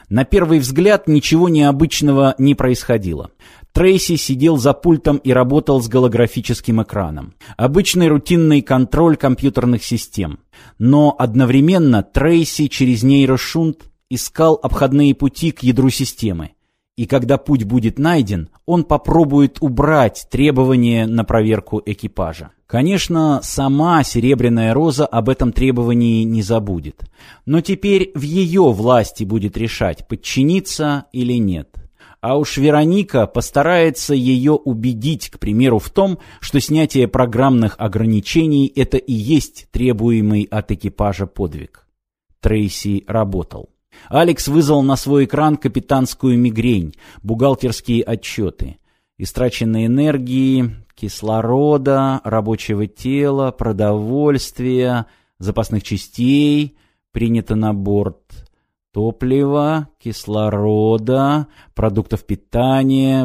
На первый взгляд ничего необычного не происходило. Трейси сидел за пультом и работал с голографическим экраном. Обычный рутинный контроль компьютерных систем. Но одновременно Трейси через нейрошунт искал обходные пути к ядру системы. И когда путь будет найден, он попробует убрать требования на проверку экипажа. Конечно, сама Серебряная Роза об этом требовании не забудет. Но теперь в ее власти будет решать, подчиниться или нет. А уж Вероника постарается ее убедить, к примеру, в том, что снятие программных ограничений – это и есть требуемый от экипажа подвиг. Трейси работал. Алекс вызвал на свой экран капитанскую мигрень, бухгалтерские отчеты. Истраченной энергии, кислорода, рабочего тела, продовольствия, запасных частей, принято на борт. Топлива, кислорода, продуктов питания,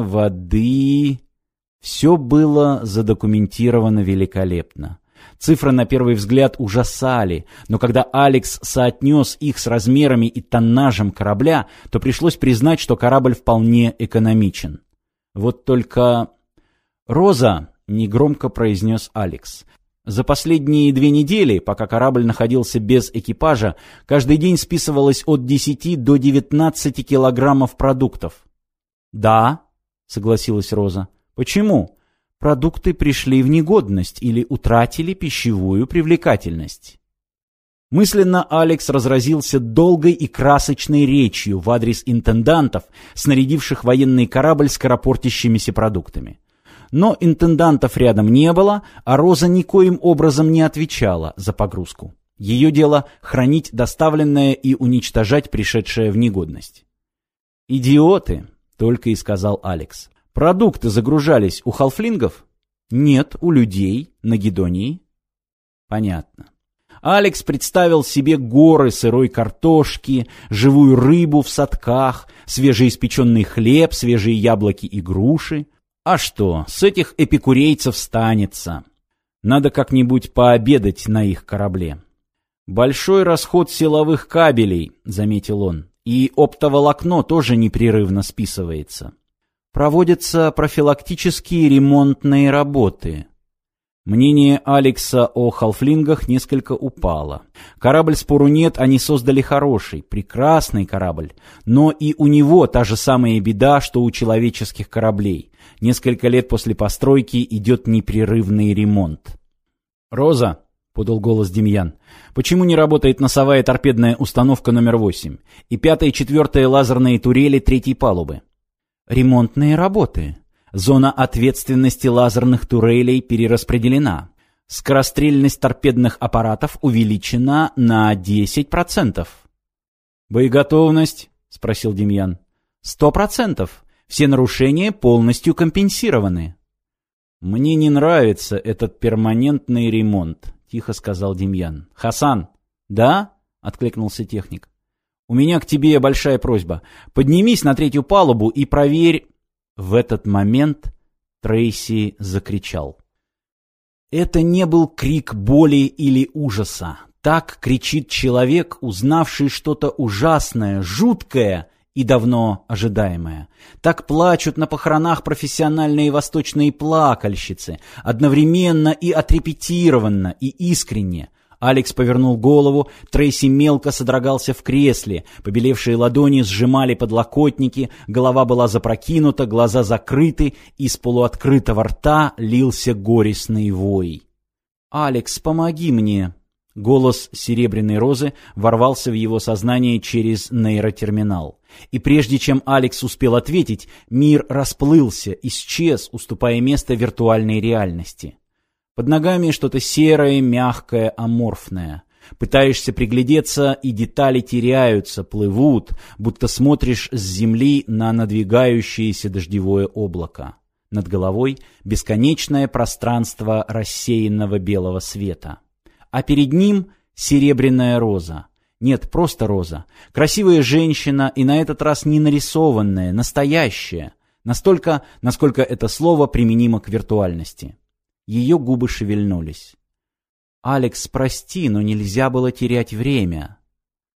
воды. Все было задокументировано великолепно. Цифры на первый взгляд ужасали, но когда Алекс соотнес их с размерами и тоннажем корабля, то пришлось признать, что корабль вполне экономичен. Вот только... «Роза», — негромко произнес Алекс, — «за последние 2 недели, пока корабль находился без экипажа, каждый день списывалось от 10 до 19 килограммов продуктов». «Да», — согласилась Роза. «Почему?» «Продукты пришли в негодность или утратили пищевую привлекательность». Мысленно Алекс разразился долгой и красочной речью в адрес интендантов, снарядивших военный корабль скоропортящимися продуктами. Но интендантов рядом не было, а Роза никоим образом не отвечала за погрузку. Ее дело — хранить доставленное и уничтожать пришедшее в негодность. «Идиоты», — только и сказал Алекс. «Продукты загружались у халфлингов?» «Нет, у людей, на Гедонии». «Понятно». Алекс представил себе горы сырой картошки, живую рыбу в садках, свежеиспеченный хлеб, свежие яблоки и груши. А что, с этих эпикурейцев станется. Надо как-нибудь пообедать на их корабле. «Большой расход силовых кабелей», — заметил он, — «и оптоволокно тоже непрерывно списывается. Проводятся профилактические ремонтные работы». Мнение Алекса о халфлингах несколько упало. Корабль, спору нет, они создали хороший, прекрасный корабль. Но и у него та же самая беда, что у человеческих кораблей. Несколько лет после постройки идет непрерывный ремонт. «Роза», — подал голос Демьян, — «почему не работает носовая торпедная установка номер 8 и 5-я и 4-я лазерные турели 3-й палубы?» «Ремонтные работы. Зона ответственности лазерных турелей перераспределена. Скорострельность торпедных аппаратов увеличена на 10%. «Боеготовность?» — спросил Демьян. 100%. Все нарушения полностью компенсированы». «Мне не нравится этот перманентный ремонт», — тихо сказал Демьян. «Хасан». «Да?» — откликнулся техник. «У меня к тебе большая просьба. Поднимись на 3-ю палубу и проверь...» В этот момент Трейси закричал. Это не был крик боли или ужаса. Так кричит человек, узнавший что-то ужасное, жуткое и давно ожидаемое. Так плачут на похоронах профессиональные восточные плакальщицы, одновременно и отрепетированно, и искренне. Алекс повернул голову, Трейси мелко содрогался в кресле, побелевшие ладони сжимали подлокотники, голова была запрокинута, глаза закрыты, из полуоткрытого рта лился горестный вой. «Алекс, помоги мне!» Голос Серебряной Розы ворвался в его сознание через нейротерминал. И прежде чем Алекс успел ответить, мир расплылся, исчез, уступая место виртуальной реальности. Под ногами что-то серое, мягкое, аморфное. Пытаешься приглядеться, и детали теряются, плывут, будто смотришь с земли на надвигающееся дождевое облако. Над головой бесконечное пространство рассеянного белого света. А перед ним Серебряная Роза. Нет, просто Роза. Красивая женщина, и на этот раз не нарисованная, настоящая. Настолько, насколько это слово применимо к виртуальности. Ее губы шевельнулись. «Алекс, прости, но нельзя было терять время».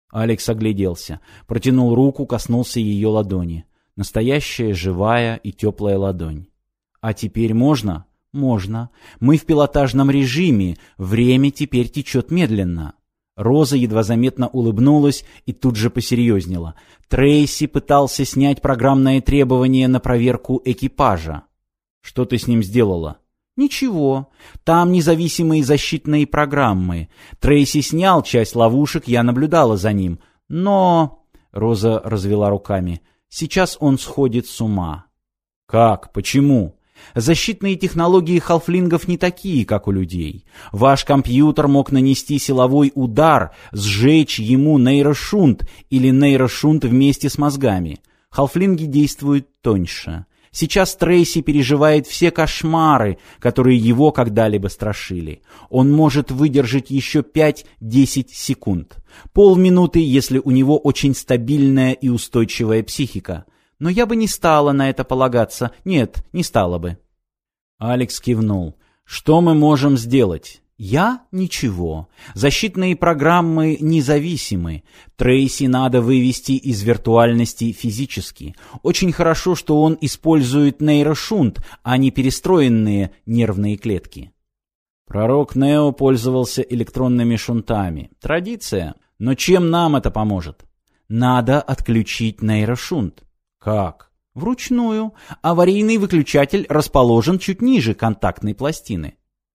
Алекс огляделся, протянул руку, коснулся ее ладони. Настоящая, живая и теплая ладонь. «А теперь можно?» «Можно. Мы в пилотажном режиме. Время теперь течет медленно». Роза едва заметно улыбнулась и тут же посерьезнела. Трейси пытался снять программное требование на проверку экипажа. «Что ты с ним сделала?» «Ничего. Там независимые защитные программы. Трейси снял часть ловушек, я наблюдала за ним. Но...» Роза развела руками. «Сейчас он сходит с ума». «Как? Почему?» «Защитные технологии халфлингов не такие, как у людей. Ваш компьютер мог нанести силовой удар, сжечь ему нейрошунт или нейрошунт вместе с мозгами. Халфлинги действуют тоньше. Сейчас Трейси переживает все кошмары, которые его когда-либо страшили. Он может выдержать еще 5-10 секунд. Полминуты, если у него очень стабильная и устойчивая психика. Но я бы не стала на это полагаться. Нет, не стала бы». Алекс кивнул. «Что мы можем сделать?» «Я? Ничего. Защитные программы независимы. Трейси надо вывести из виртуальности физически. Очень хорошо, что он использует нейрошунт, а не перестроенные нервные клетки». Пророк Нео пользовался электронными шунтами. Традиция. Но чем нам это поможет? Надо отключить нейрошунт. Как? Вручную. Аварийный выключатель расположен чуть ниже контактной пластины.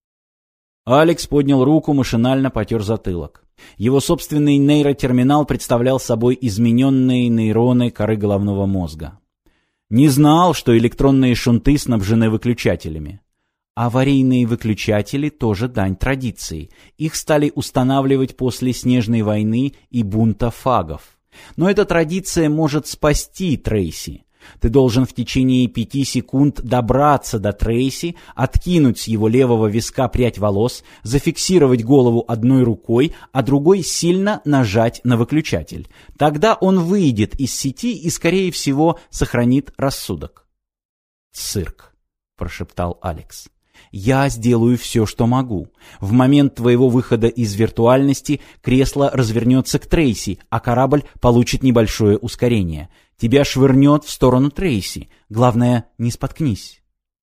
Алекс поднял руку, машинально потер затылок. Его собственный нейротерминал представлял собой измененные нейроны коры головного мозга. Не знал, что электронные шунты снабжены выключателями. Аварийные выключатели тоже дань традиции. Их стали устанавливать после Снежной войны и бунта фагов. Но эта традиция может спасти Трейси. Ты должен в течение 5 секунд добраться до Трейси, откинуть с его левого виска прядь волос, зафиксировать голову одной рукой, а другой сильно нажать на выключатель. Тогда он выйдет из сети и, скорее всего, сохранит рассудок. «Цирк», — прошептал Алекс. «Я сделаю все, что могу. В момент твоего выхода из виртуальности кресло развернется к Трейси, а корабль получит небольшое ускорение. Тебя швырнет в сторону Трейси. Главное, не споткнись».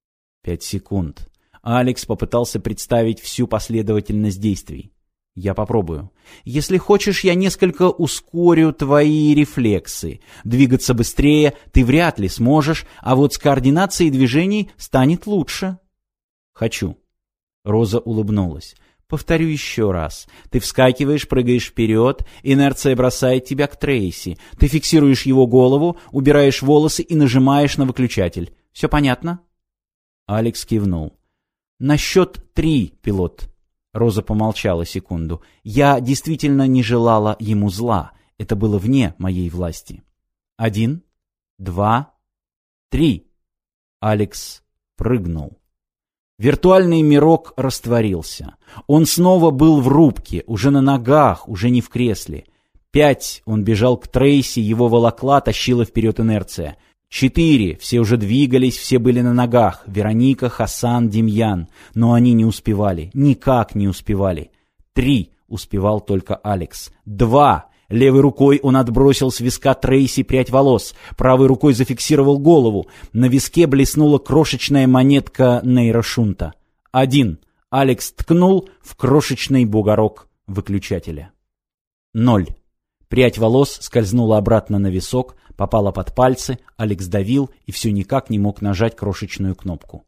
5 секунд. Алекс попытался представить всю последовательность действий. «Я попробую. Если хочешь, я несколько ускорю твои рефлексы. Двигаться быстрее ты вряд ли сможешь, а вот с координацией движений станет лучше». «Хочу». Роза улыбнулась. «Повторю еще раз. Ты вскакиваешь, прыгаешь вперед, инерция бросает тебя к Трейси. Ты фиксируешь его голову, убираешь волосы и нажимаешь на выключатель. Все понятно?» Алекс кивнул. «На счет 3, пилот». Роза помолчала секунду. «Я действительно не желала ему зла. Это было вне моей власти. 1, 2, 3». Алекс прыгнул. Виртуальный мирок растворился. Он снова был в рубке, уже на ногах, уже не в кресле. 5. Он бежал к Трейси, его волокла, тащила вперед инерция. 4. Все уже двигались, все были на ногах. Вероника, Хасан, Демьян. Но они не успевали. Никак не успевали. 3. Успевал только Алекс. 2. Левой рукой он отбросил с виска Трейси прядь волос, правой рукой зафиксировал голову. На виске блеснула крошечная монетка нейрошунта. 1. Алекс ткнул в крошечный бугорок выключателя. 0. Прядь волос скользнула обратно на висок, попала под пальцы, Алекс давил и все никак не мог нажать крошечную кнопку.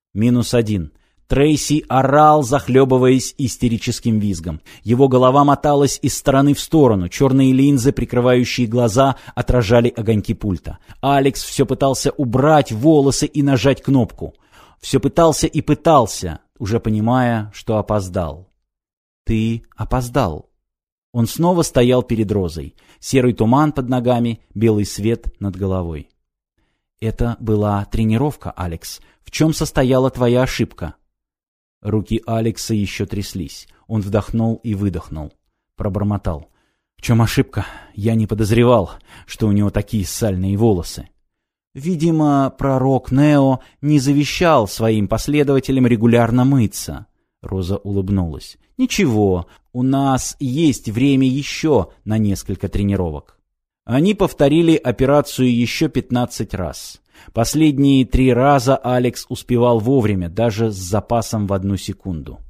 -1. Трейси орал, захлебываясь истерическим визгом. Его голова моталась из стороны в сторону, черные линзы, прикрывающие глаза, отражали огоньки пульта. Алекс все пытался убрать волосы и нажать кнопку. Все пытался и пытался, уже понимая, что опоздал. «Ты опоздал». Он снова стоял перед Розой. Серый туман под ногами, белый свет над головой. «Это была тренировка, Алекс. В чем состояла твоя ошибка?» Руки Алекса еще тряслись. Он вдохнул и выдохнул. Пробормотал. «В чем ошибка? Я не подозревал, что у него такие сальные волосы». «Видимо, пророк Нео не завещал своим последователям регулярно мыться». Роза улыбнулась. «Ничего, У нас есть время еще на несколько тренировок». Они повторили операцию еще 15 раз. Последние 3 раза Алекс успевал вовремя, даже с запасом в 1 секунду.